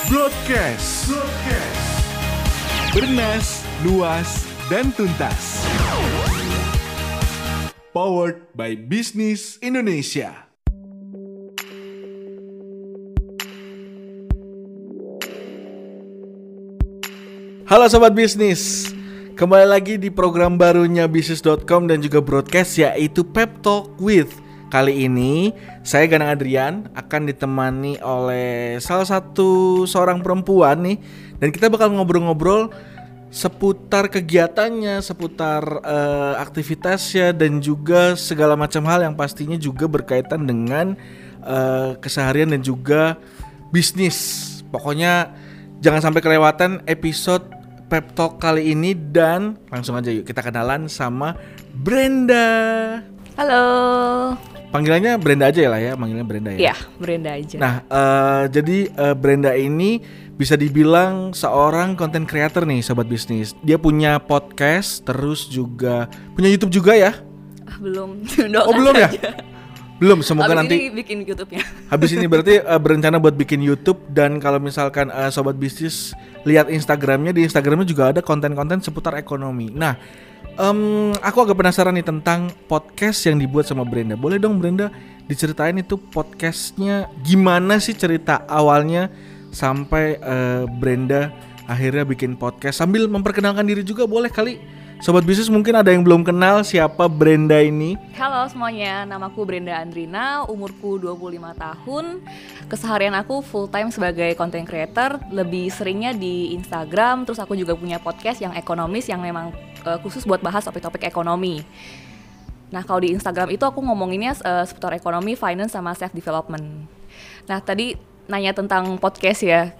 Broadcast. Bernas, luas, dan tuntas. Powered by Bisnis Indonesia. Halo Sobat Bisnis, kembali lagi di program barunya bisnis.com dan juga broadcast, yaitu Pep Talk with. Kali ini saya Ganang Adrian akan ditemani oleh salah satu seorang perempuan nih. Dan kita bakal ngobrol-ngobrol seputar kegiatannya, seputar aktivitasnya, dan juga segala macam hal yang pastinya juga berkaitan dengan keseharian dan juga bisnis. Pokoknya jangan sampai kelewatan episode Pep Talk kali ini. Dan langsung aja yuk kita kenalan sama Brenda. Halo. Panggilannya Brenda aja ya lah ya, manggilnya Brenda ya? Iya, Brenda aja. Nah, jadi Brenda ini bisa dibilang seorang content creator nih Sobat Bisnis. Dia punya podcast, terus juga punya YouTube juga ya? Belum. Oh belum ya? Belum, semoga habis nanti ini bikin YouTube-nya. Habis ini berarti berencana buat bikin YouTube. Dan kalau misalkan Sobat Bisnis lihat Instagramnya, di Instagramnya juga ada konten-konten seputar ekonomi. Nah, aku agak penasaran nih tentang podcast yang dibuat sama Brenda. Boleh dong Brenda diceritain itu podcastnya gimana sih, cerita awalnya sampai Brenda akhirnya bikin podcast. Sambil memperkenalkan diri juga boleh kali. Sobat Bisnis mungkin ada yang belum kenal siapa Brenda ini. Halo semuanya, namaku Brenda Andrina, umurku 25 tahun. Keseharian aku full time sebagai content creator, lebih seringnya di Instagram. Terus aku juga punya podcast yang ekonomis, yang memang khusus buat bahas topik-topik ekonomi. Nah kalau di Instagram itu aku ngomonginnya seputar ekonomi, finance, sama self development. Nah tadi nanya tentang podcast ya.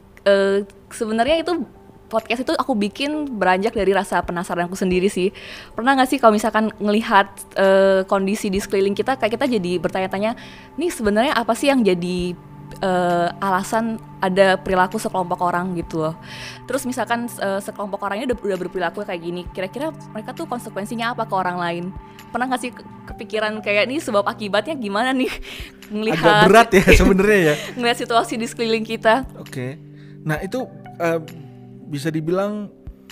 Sebenarnya itu podcast itu aku bikin beranjak dari rasa penasaran aku sendiri sih. Pernah gak sih kalau misalkan ngelihat kondisi di sekeliling kita, kayak kita jadi bertanya-tanya, nih sebenarnya apa sih yang jadi alasan ada perilaku sekelompok orang gitu loh. Terus misalkan sekelompok orangnya udah berperilaku kayak gini, kira-kira mereka tuh konsekuensinya apa ke orang lain? Pernah gak sih kepikiran kayak nih sebab akibatnya gimana nih ngelihat? Agak berat ya sebenarnya ya. Ngelihat situasi di sekeliling kita. Oke. Nah itu bisa dibilang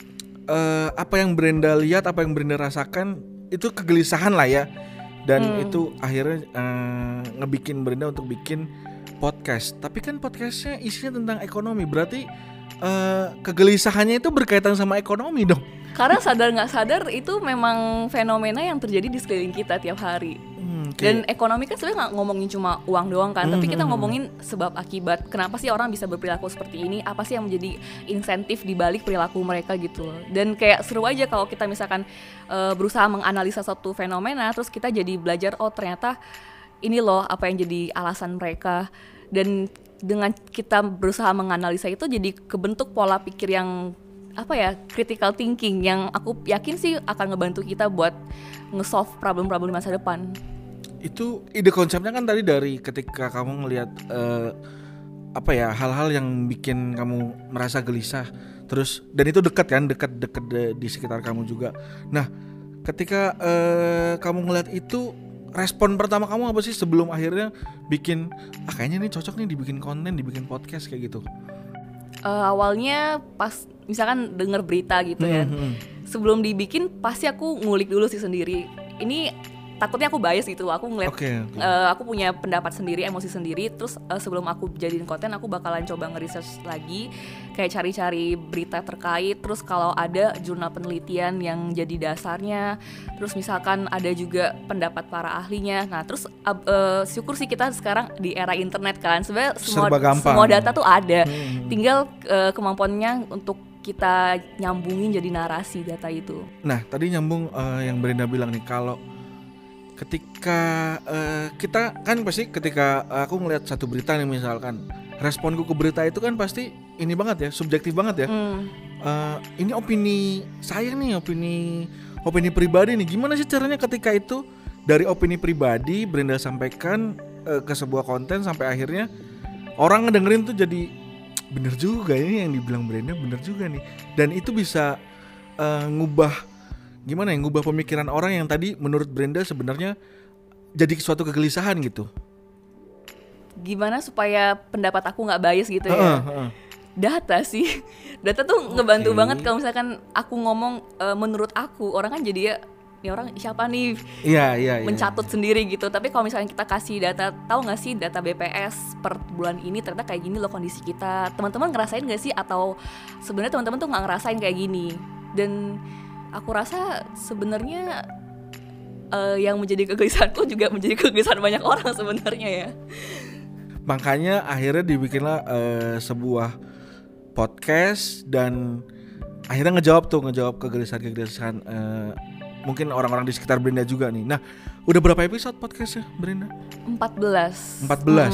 apa yang Brenda lihat, apa yang Brenda rasakan itu kegelisahan lah ya. Dan itu akhirnya ngebikin Brenda untuk bikin podcast. Tapi kan podcastnya isinya tentang ekonomi. Berarti kegelisahannya itu berkaitan sama ekonomi dong. Karena sadar nggak sadar itu memang fenomena yang terjadi di sekeliling kita tiap hari. Dan ekonomi kan sebenarnya nggak ngomongin cuma uang doang kan, tapi kita ngomongin sebab akibat. Kenapa sih orang bisa berperilaku seperti ini? Apa sih yang menjadi insentif di balik perilaku mereka gitu loh. Dan kayak seru aja kalau kita misalkan berusaha menganalisa suatu fenomena, terus kita jadi belajar, oh ternyata ini loh apa yang jadi alasan mereka. Dan dengan kita berusaha menganalisa itu jadi kebentuk pola pikir yang critical thinking, yang aku yakin sih akan ngebantu kita buat nge-solve problem-problem di masa depan. Itu ide konsepnya kan tadi dari ketika kamu ngelihat hal-hal yang bikin kamu merasa gelisah. Terus dan itu dekat di sekitar kamu juga. Nah, ketika kamu ngelihat itu, respon pertama kamu apa sih sebelum akhirnya bikin kayaknya nih cocok nih dibikin konten, dibikin podcast kayak gitu? Awalnya pas misalkan denger berita gitu ya, sebelum dibikin pasti aku ngulik dulu sih sendiri. Ini takutnya aku bias gitu, aku ngeliat aku punya pendapat sendiri, emosi sendiri. Terus sebelum aku jadiin konten, aku bakalan coba nge-research lagi, kayak cari-cari berita terkait. Terus kalau ada jurnal penelitian yang jadi dasarnya, terus misalkan ada juga pendapat para ahlinya. Nah terus syukur sih kita sekarang di era internet kan, sebenarnya semua data tuh ada, tinggal kemampuannya untuk kita nyambungin jadi narasi data itu. Nah tadi nyambung yang Brenda bilang nih, kalau ketika kita kan pasti ketika aku ngelihat satu berita nih misalkan, responku ke berita itu kan pasti ini banget ya, subjektif banget ya. Ini opini saya nih, opini pribadi nih. Gimana sih caranya ketika itu dari opini pribadi Brenda sampaikan ke sebuah konten sampai akhirnya orang ngedengerin tuh jadi bener juga ini yang dibilang Brenda, bener juga nih. Dan itu bisa ngubah pemikiran orang yang tadi menurut Brenda sebenarnya jadi suatu kegelisahan gitu. gimana supaya pendapat aku nggak bias gitu ya. Data sih, data tuh ngebantu banget kalau misalkan aku ngomong menurut aku, orang kan jadi ya ini orang siapa nih, mencatut sendiri gitu. Tapi kalau misalnya kita kasih data, tahu nggak sih data BPS per bulan ini ternyata kayak gini loh kondisi kita, teman-teman ngerasain nggak sih, atau sebenarnya teman-teman tuh nggak ngerasain kayak gini. Dan aku rasa sebenarnya yang menjadi kegelisahanku juga menjadi kegelisahan banyak orang sebenarnya ya. Makanya akhirnya dibikinlah sebuah podcast dan akhirnya ngejawab kegelisahan mungkin orang-orang di sekitar Brenda juga nih. Nah, udah berapa episode podcastnya Brenda? 14.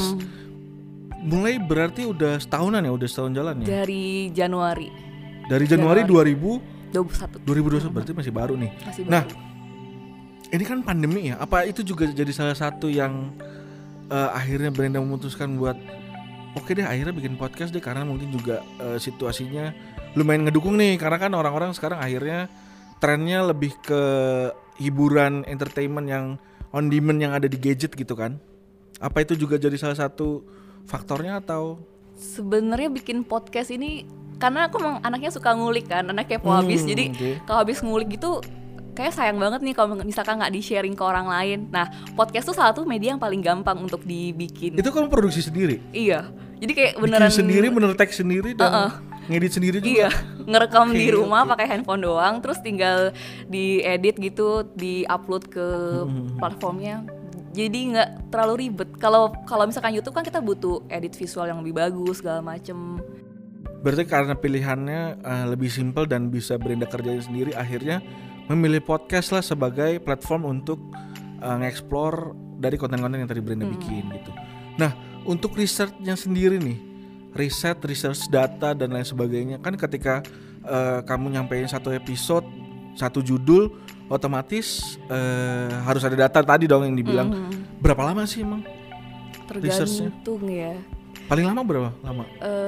Mulai berarti udah setahunan ya, udah setahun jalan ya? Dari Januari. Dari Januari 2021 berarti masih baru nih. Masih baru. Nah, ini kan pandemi ya. Apa itu juga jadi salah satu yang akhirnya Brenda memutuskan buat oke deh akhirnya bikin podcast deh, karena mungkin juga situasinya lumayan ngedukung nih, karena kan orang-orang sekarang akhirnya trennya lebih ke hiburan, entertainment yang on demand yang ada di gadget gitu kan. Apa itu juga jadi salah satu faktornya atau? Sebenarnya bikin podcast ini karena aku emang anaknya suka ngulik kan, anak kepo habis. Jadi kalau habis ngulik gitu kayak sayang banget nih kalau misalkan nggak di-sharing ke orang lain. Nah, podcast tuh salah satu media yang paling gampang untuk dibikin. Itu kamu produksi sendiri? Iya. Jadi kayak beneran bikin sendiri, bener tag sendiri dan ngedit sendiri juga? Iya, ngerekam di rumah pakai handphone doang, terus tinggal diedit gitu, di-upload ke platformnya. Jadi nggak terlalu ribet. Kalau misalkan YouTube kan kita butuh edit visual yang lebih bagus segala macem. Berarti karena pilihannya lebih simpel dan bisa Brenda kerjain sendiri, akhirnya memilih podcast lah sebagai platform untuk nge-explore dari konten-konten yang tadi Brenda bikin gitu. Nah, untuk research-nya sendiri nih, research data dan lain sebagainya, kan ketika kamu nyampein satu episode, satu judul, otomatis harus ada data tadi dong yang dibilang. Berapa lama sih emang? Tergantung ya. Paling lama berapa lama?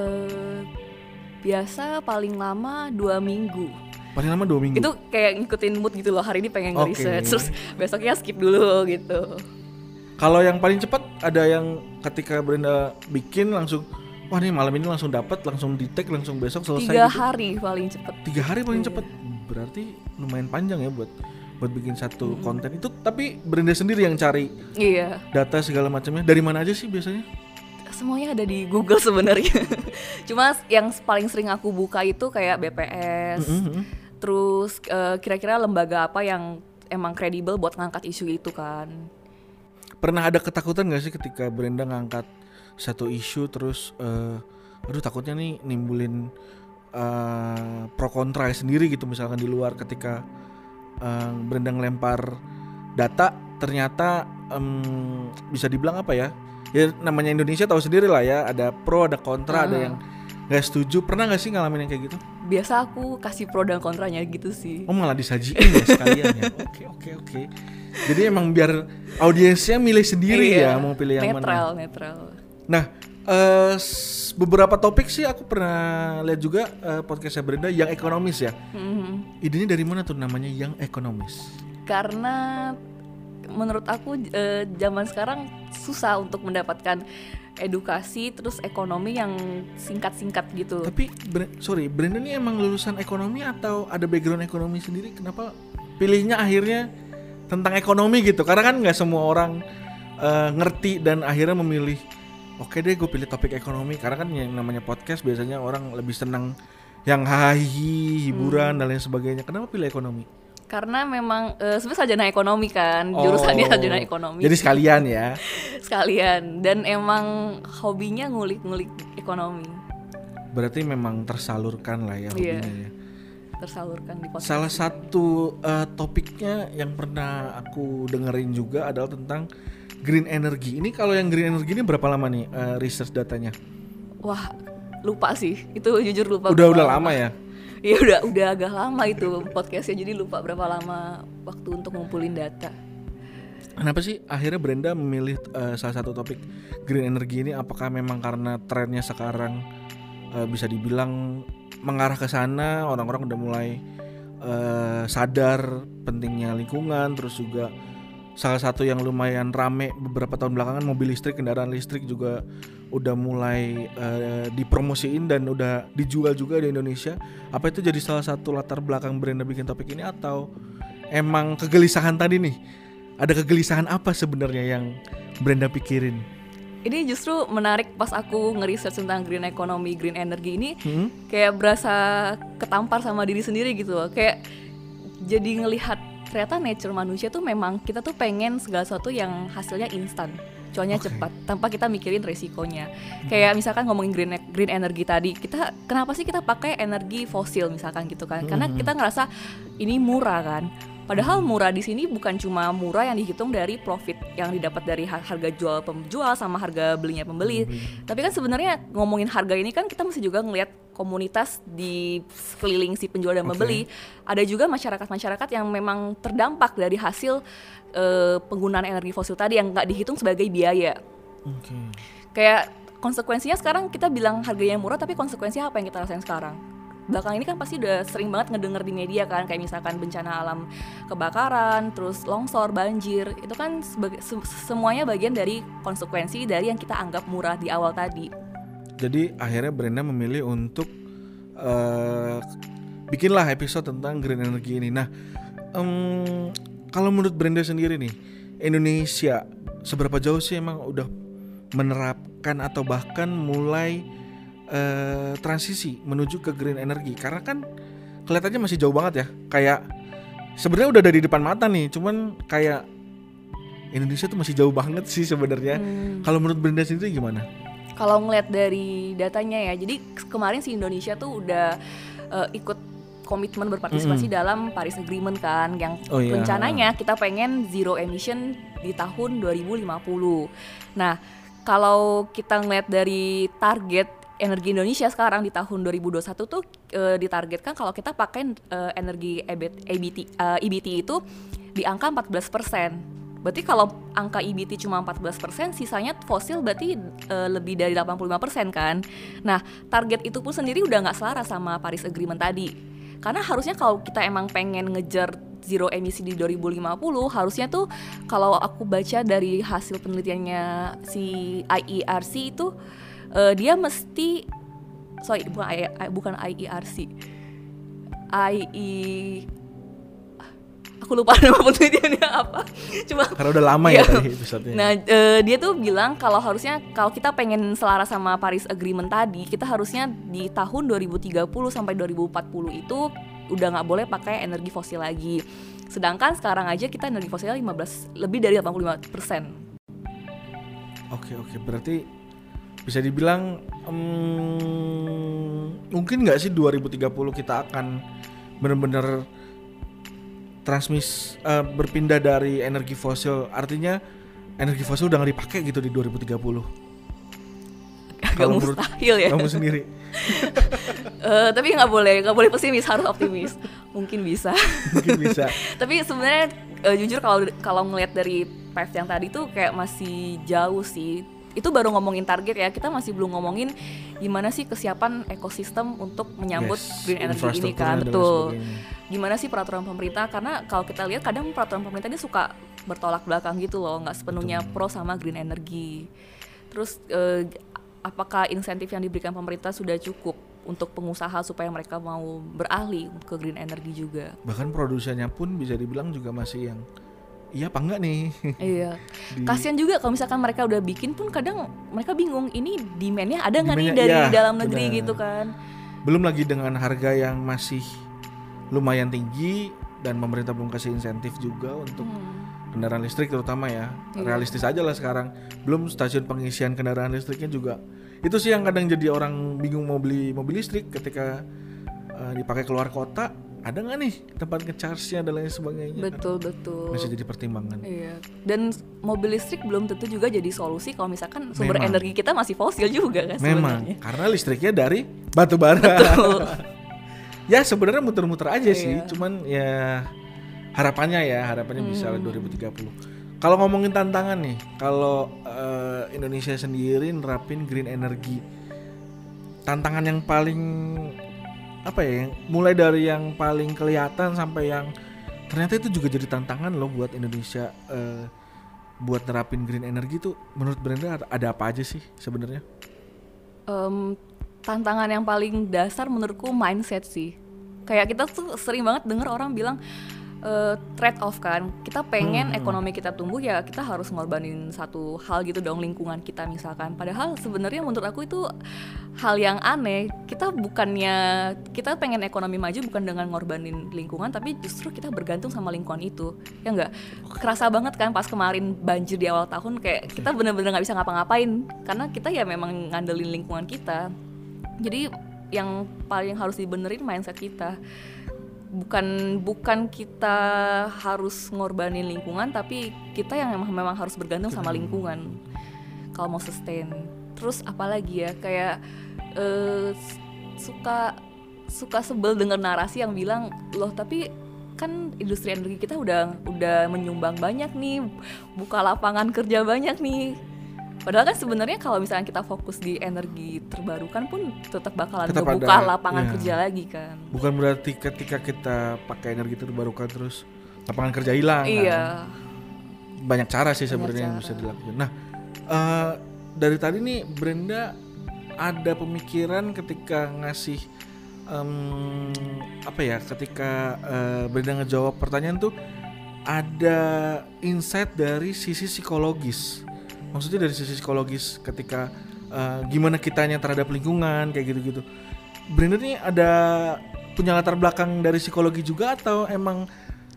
Biasa paling lama 2 minggu. Paling lama 2 minggu? Itu kayak ngikutin mood gitu loh, hari ini pengen nge-research, terus besoknya skip dulu gitu. Kalau yang paling cepat ada yang ketika Brenda bikin langsung, wah nih malam ini langsung dapat, langsung di-tag, langsung besok selesai 3 gitu? hari paling cepat. 3 hari paling cepat. Berarti lumayan panjang ya buat bikin satu konten itu. Tapi Brenda sendiri yang cari data segala macamnya. Dari mana aja sih biasanya? Semuanya ada di Google sebenarnya. Cuma yang paling sering aku buka itu kayak BPS. Terus kira-kira lembaga apa yang emang kredibel buat ngangkat isu itu kan. Pernah ada ketakutan gak sih ketika Brenda ngangkat satu isu terus aduh takutnya nih nimbulin pro kontra sendiri gitu, misalkan di luar, ketika Brenda ngelempar data ternyata bisa dibilang apa ya namanya Indonesia tahu sendiri lah ya, ada pro ada kontra, ada yang gak setuju. Pernah gak sih ngalamin yang kayak gitu? Biasa aku kasih pro dan kontranya gitu sih. Oh malah disajiin ya sekalian ya. Oke. Jadi emang biar audiensnya milih sendiri ya mau pilih yang mana. Netral. Nah, beberapa topik sih aku pernah lihat juga podcastnya Brenda yang ekonomis ya. Idenya dari mana tuh namanya yang ekonomis? Karena menurut aku zaman sekarang susah untuk mendapatkan edukasi terus ekonomi yang singkat-singkat gitu. Tapi Brenda ini emang lulusan ekonomi atau ada background ekonomi sendiri? Kenapa pilihnya akhirnya tentang ekonomi gitu? Karena kan nggak semua orang ngerti dan akhirnya memilih oke deh gue pilih topik ekonomi. Karena kan yang namanya podcast biasanya orang lebih senang yang hahihi, hiburan dan lain sebagainya. Kenapa pilih ekonomi? Karena memang sebenarnya sarjana ekonomi kan, jurusannya sarjana ekonomi. Jadi sekalian ya. Sekalian, dan emang hobinya ngulik-ngulik ekonomi. Berarti memang tersalurkan lah ya hobinya ya. Tersalurkan di podcast. Salah satu topiknya yang pernah aku dengerin juga adalah tentang green energy. Ini kalau yang green energy ini berapa lama nih research datanya? Wah, lupa sih. Itu jujur lupa. Udah lama ya? Iya udah agak lama itu podcastnya, jadi lupa berapa lama waktu untuk ngumpulin data. Kenapa sih akhirnya Brenda memilih salah satu topik green energy ini? Apakah memang karena trennya sekarang bisa dibilang mengarah ke sana, orang-orang udah mulai sadar pentingnya lingkungan, terus juga salah satu yang lumayan rame beberapa tahun belakangan, mobil listrik, kendaraan listrik juga udah mulai dipromosiin dan udah dijual juga di Indonesia. Apa itu jadi salah satu latar belakang Brenda bikin topik ini, atau emang kegelisahan tadi nih? Ada kegelisahan apa sebenarnya yang Brenda pikirin? Ini justru menarik pas aku nge-research tentang green economy, green energy ini, kayak berasa ketampar sama diri sendiri gitu loh. Kayak jadi ngelihat ternyata nature manusia tuh memang kita tuh pengen segala sesuatu yang hasilnya instan, cuannya cepat, tanpa kita mikirin resikonya. Kayak misalkan ngomongin green energy tadi, kita kenapa sih kita pakai energi fosil misalkan gitu kan? Karena kita ngerasa ini murah kan. Padahal murah di sini bukan cuma murah yang dihitung dari profit yang didapat dari harga jual penjual sama harga belinya pembeli. Tapi kan sebenarnya ngomongin harga ini kan kita mesti juga ngelihat komunitas di sekeliling si penjual dan pembeli. Ada juga masyarakat-masyarakat yang memang terdampak dari hasil penggunaan energi fosil tadi yang nggak dihitung sebagai biaya. Kayak konsekuensinya sekarang kita bilang harganya murah, tapi konsekuensinya apa yang kita rasain sekarang? Belakang ini kan pasti udah sering banget ngedenger di media kan, kayak misalkan bencana alam kebakaran, terus longsor, banjir, itu kan semuanya bagian dari konsekuensi dari yang kita anggap murah di awal tadi. Jadi akhirnya Brenda memilih untuk bikinlah episode tentang green energy ini. Nah, kalau menurut Brenda sendiri nih, Indonesia seberapa jauh sih emang udah menerapkan atau bahkan mulai transisi menuju ke green energy? Karena kan kelihatannya masih jauh banget ya. Kayak sebenarnya udah dari depan mata nih, cuman kayak Indonesia tuh masih jauh banget sih sebenarnya. Kalau menurut Brenda sendiri gimana? Kalau ngeliat dari datanya ya, jadi kemarin si Indonesia tuh udah ikut komitmen berpartisipasi dalam Paris Agreement kan, yang rencananya kita pengen zero emission di tahun 2050. Nah, kalau kita ngeliat dari target energi Indonesia sekarang di tahun 2021 tuh ditargetkan kalau kita pakai energi EBT itu di angka 14%. Berarti kalau angka EBT cuma 14%, sisanya fosil berarti lebih dari 85% kan. Nah, target itu pun sendiri udah gak selaras sama Paris Agreement tadi. Karena harusnya kalau kita emang pengen ngejar zero emisi di 2050, harusnya tuh kalau aku baca dari hasil penelitiannya si IERC itu, dia mesti bukan IERC, aku lupa nama penelitiannya apa. Cuma karena udah lama ya tadi episode-nya. Nah, dia tuh bilang kalau harusnya kalau kita pengen selaras sama Paris Agreement tadi, kita harusnya di tahun 2030 sampai 2040 itu udah nggak boleh pakai energi fosil lagi. Sedangkan sekarang aja kita energi fosilnya lebih dari 85%. Oke, berarti bisa dibilang mungkin nggak sih 2030 kita akan benar-benar berpindah dari energi fosil, artinya energi fosil udah nggak dipakai gitu di 2030? Agak mustahil ya. Kamu sendiri? Tapi nggak boleh pesimis, harus optimis. Mungkin bisa. Tapi sebenarnya jujur kalau ngelihat dari PEF yang tadi tuh kayak masih jauh sih. Itu baru ngomongin target ya, kita masih belum ngomongin gimana sih kesiapan ekosistem untuk menyambut green energy ini kan. Betul. Gimana sih peraturan pemerintah, karena kalau kita lihat kadang peraturan pemerintah ini suka bertolak belakang gitu loh, nggak sepenuhnya pro sama green energy. Terus apakah insentif yang diberikan pemerintah sudah cukup untuk pengusaha supaya mereka mau beralih ke green energy juga? Bahkan produsennya pun bisa dibilang juga masih yang iya apa enggak nih? Iya. Kasian juga kalau misalkan mereka udah bikin pun kadang mereka bingung, ini demand-nya ada nggak nih dari dalam negeri gitu kan? Belum lagi dengan harga yang masih lumayan tinggi dan pemerintah belum kasih insentif juga untuk kendaraan listrik terutama ya. Realistis aja lah sekarang. Belum stasiun pengisian kendaraan listriknya juga. Itu sih yang kadang jadi orang bingung mau beli mobil listrik ketika dipakai keluar kota. Ada nggak nih tempat nge-charge-nya dan lain sebagainya? Betul. Masih jadi pertimbangan. Iya. Dan mobil listrik belum tentu juga jadi solusi kalau misalkan sumber energi kita masih fosil juga kan sebenarnya. Karena listriknya dari batu bara. Betul. Ya sebenarnya muter-muter aja sih, cuman ya harapannya bisa 2030. Kalau ngomongin tantangan nih, kalau Indonesia sendiri nerapin green energy, tantangan yang paling mulai dari yang paling kelihatan sampai yang ternyata itu juga jadi tantangan loh buat Indonesia buat nerapin green energy tuh. Menurut Brenda ada apa aja sih sebenarnya? Tantangan yang paling dasar menurutku mindset sih. Kayak kita tuh sering banget denger orang bilang trade off kan. Kita pengen ekonomi kita tumbuh, ya kita harus ngorbanin satu hal gitu dong, lingkungan kita misalkan. Padahal sebenarnya menurut aku itu hal yang aneh. Kita pengen ekonomi maju bukan dengan ngorbanin lingkungan, tapi justru kita bergantung sama lingkungan itu. Ya enggak? Kerasa banget kan pas kemarin banjir di awal tahun, kayak kita bener-bener gak bisa ngapa-ngapain karena kita ya memang ngandelin lingkungan kita. Jadi yang paling harus dibenerin mindset kita. Bukan kita harus ngorbanin lingkungan, tapi kita yang memang harus bergantung sama lingkungan kalau mau sustain. Terus apalagi ya, kayak suka sebel dengar narasi yang bilang, loh tapi kan industri energi kita udah menyumbang banyak nih, buka lapangan kerja banyak nih. Padahal kan sebenarnya kalau misalnya kita fokus di energi terbarukan pun tetap bakalan membuka lapangan kerja lagi kan. Bukan berarti ketika kita pakai energi terbarukan terus lapangan kerja hilang. Iya. Kan? Banyak cara sih sebenarnya yang bisa dilakukan. Nah, dari tadi nih Brenda ada pemikiran ketika ngasih ketika Brenda ngejawab pertanyaan tuh ada insight dari sisi psikologis. Maksudnya dari sisi psikologis ketika gimana kitanya terhadap lingkungan kayak gitu-gitu. Brenda nih ada punya latar belakang dari psikologi juga atau emang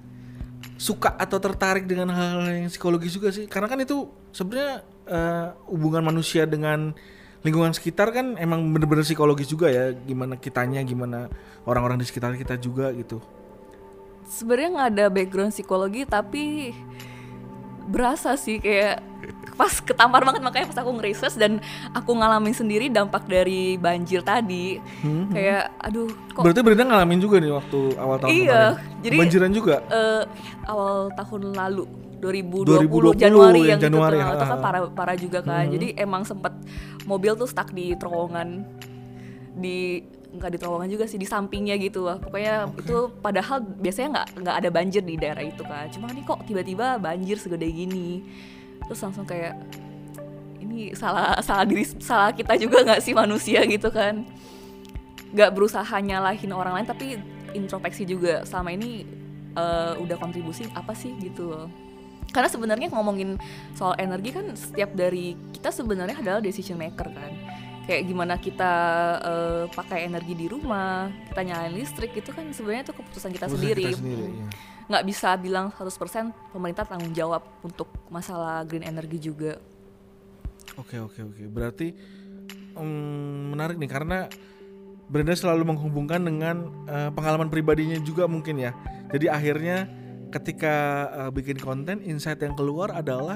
suka atau tertarik dengan hal yang psikologis juga sih? Karena kan itu sebenarnya hubungan manusia dengan lingkungan sekitar kan emang bener-bener psikologis juga ya. Gimana kitanya, gimana orang-orang di sekitar kita juga gitu. Sebenarnya nggak ada background psikologi, tapi berasa sih kayak pas ketampar banget, makanya pas aku nge-research dan aku ngalamin sendiri dampak dari banjir tadi. Kayak aduh kok. Berarti Brenda ngalamin juga nih waktu awal tahun kemarin. Iya, jadi banjiran juga. Awal tahun lalu 2020 Januari yang Januari, itu kan parah juga kan. Jadi emang sempet mobil tuh stuck di terowongan, nggak di terowongan juga sih, di sampingnya gitu lah. Pokoknya itu padahal biasanya nggak ada banjir di daerah itu kan. Cuma nih kok tiba-tiba banjir segede gini. Terus langsung kayak ini salah kita juga nggak sih manusia gitu kan. Nggak berusaha nyalahin orang lain, tapi introspeksi juga selama ini udah kontribusi apa sih gitu loh. Karena sebenarnya ngomongin soal energi kan setiap dari kita sebenarnya adalah decision maker kan. Kayak gimana kita pakai energi di rumah, kita nyalain listrik, itu kan sebenarnya itu keputusan kita sendiri. Iya. Nggak bisa bilang 100% pemerintah tanggung jawab untuk masalah green energy juga. Oke. Berarti menarik nih karena Brenda selalu menghubungkan dengan pengalaman pribadinya juga mungkin ya. Jadi akhirnya ketika bikin konten, insight yang keluar adalah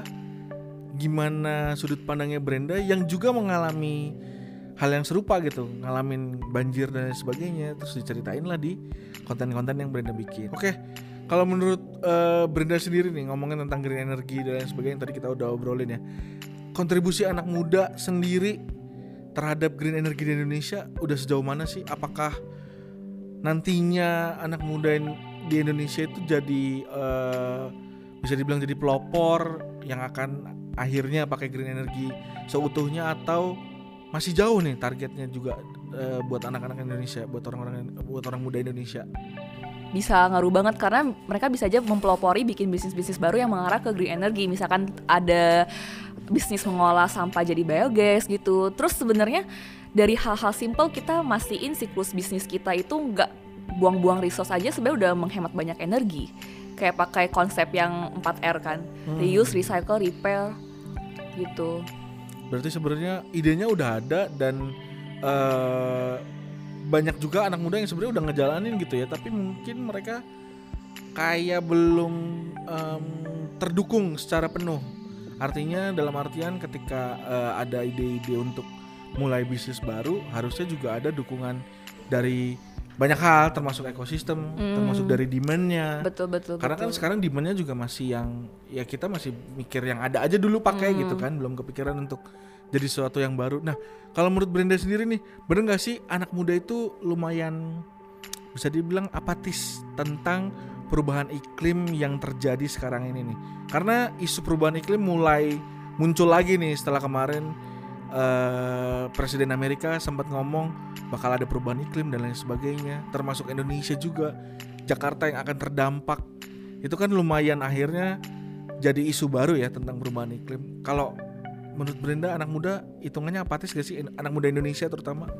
gimana sudut pandangnya Brenda yang juga mengalami hal yang serupa gitu, ngalamin banjir dan sebagainya, terus diceritain lah di konten-konten yang Brenda bikin. Oke, kalau menurut Brenda sendiri nih ngomongin tentang green energy dan sebagainya yang tadi kita udah obrolin ya, kontribusi anak muda sendiri terhadap green energy di Indonesia udah sejauh mana sih? Apakah nantinya anak muda di Indonesia itu jadi bisa dibilang jadi pelopor yang akan akhirnya pakai green energy seutuhnya, atau masih jauh nih targetnya juga buat anak-anak Indonesia, buat orang muda Indonesia? Bisa ngaruh banget karena mereka bisa aja mempelopori bikin bisnis-bisnis baru yang mengarah ke green energy. Misalkan ada bisnis mengolah sampah jadi biogas gitu. Terus sebenarnya dari hal-hal simple kita mastiin siklus bisnis kita itu nggak buang-buang resource aja, sebenarnya udah menghemat banyak energi. Kayak pakai konsep yang 4R kan, reuse, recycle, repair gitu. Berarti sebenarnya idenya udah ada dan banyak juga anak muda yang sebenarnya udah ngejalanin gitu ya, tapi mungkin mereka kayak belum terdukung secara penuh. Artinya dalam artian ketika ada ide-ide untuk mulai bisnis baru, harusnya juga ada dukungan dari banyak hal, termasuk ekosistem, termasuk dari demand-nya. Betul. Karena kan sekarang demand-nya juga masih yang ya kita masih mikir yang ada aja dulu pakai gitu kan, belum kepikiran untuk jadi sesuatu yang baru. Nah, kalau menurut Brenda sendiri nih, bener gak sih anak muda itu lumayan bisa dibilang apatis tentang perubahan iklim yang terjadi sekarang ini nih. Karena isu perubahan iklim mulai muncul lagi nih setelah kemarin Presiden Amerika sempat ngomong bakal ada perubahan iklim dan lain sebagainya, termasuk Indonesia juga, Jakarta yang akan terdampak. Itu kan lumayan akhirnya jadi isu baru ya tentang perubahan iklim. Kalau menurut Brenda, anak muda hitungannya apatis gak sih, anak muda Indonesia terutama?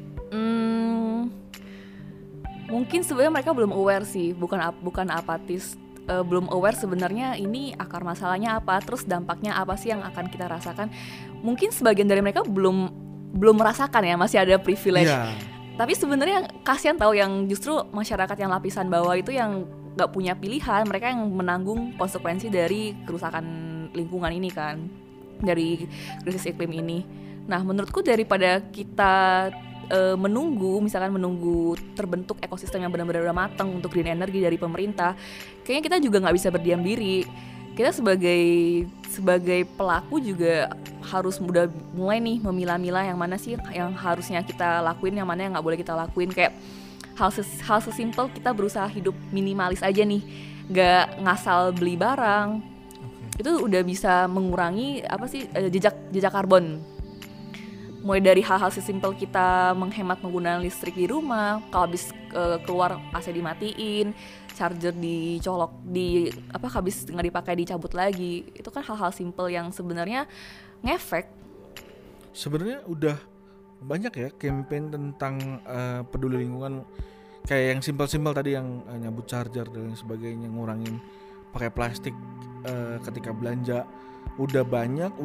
Mungkin sebenarnya mereka belum aware sih, bukan apatis. Belum aware sebenarnya ini akar masalahnya apa, terus dampaknya apa sih yang akan kita rasakan. Mungkin sebagian dari mereka belum merasakan ya, masih ada privilege. Tapi sebenarnya kasihan tahu yang justru masyarakat yang lapisan bawah itu yang nggak punya pilihan, mereka yang menanggung konsekuensi dari kerusakan lingkungan ini kan, dari krisis iklim ini. Nah, menurutku daripada kita menunggu terbentuk ekosistem yang benar-benar udah matang untuk green energy dari pemerintah, kayaknya kita juga nggak bisa berdiam diri. Kita sebagai pelaku juga harus udah mulai nih memilah-milah yang mana sih yang harusnya kita lakuin, yang mana yang nggak boleh kita lakuin. Kayak hal sesimpel kita berusaha hidup minimalis aja nih, nggak ngasal beli barang. Itu udah bisa mengurangi jejak karbon. Mulai dari hal-hal sesimpel kita menghemat penggunaan listrik di rumah, kalau habis keluar AC dimatiin, charger dicolok, habis nggak dipakai dicabut lagi. Itu kan hal-hal simpel yang sebenarnya ngefek. Sebenarnya udah banyak ya campaign tentang peduli lingkungan, kayak yang simpel-simpel tadi yang nyabut charger dan sebagainya, ngurangin pakai plastik ketika belanja. Udah banyak,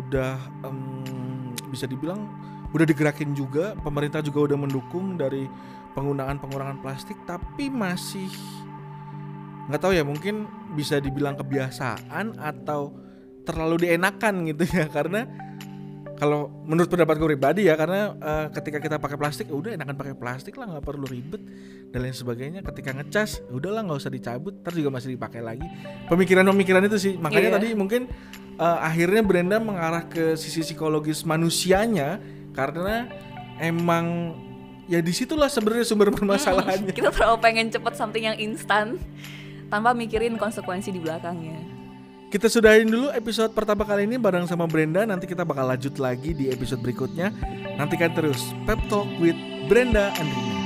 bisa dibilang udah digerakin juga, pemerintah juga udah mendukung dari pengurangan plastik, tapi masih nggak tahu ya, mungkin bisa dibilang kebiasaan atau terlalu dienakan gitu ya. Karena kalau menurut pendapatku pribadi ya, karena ketika kita pakai plastik, udah enakan pakai plastik lah, nggak perlu ribet dan lain sebagainya. Ketika ngecas, udahlah nggak usah dicabut, ntar juga masih dipakai lagi. Pemikiran itu sih, makanya tadi mungkin akhirnya Brenda mengarah ke sisi psikologis manusianya, karena emang ya disitulah sebenarnya sumber permasalahannya. Kita terlalu pengen cepet something yang instan tanpa mikirin konsekuensi di belakangnya. Kita sudahin dulu episode pertama kali ini bareng sama Brenda. Nanti kita bakal lanjut lagi di episode berikutnya. Nantikan terus Pep Talk with Brenda Andrina.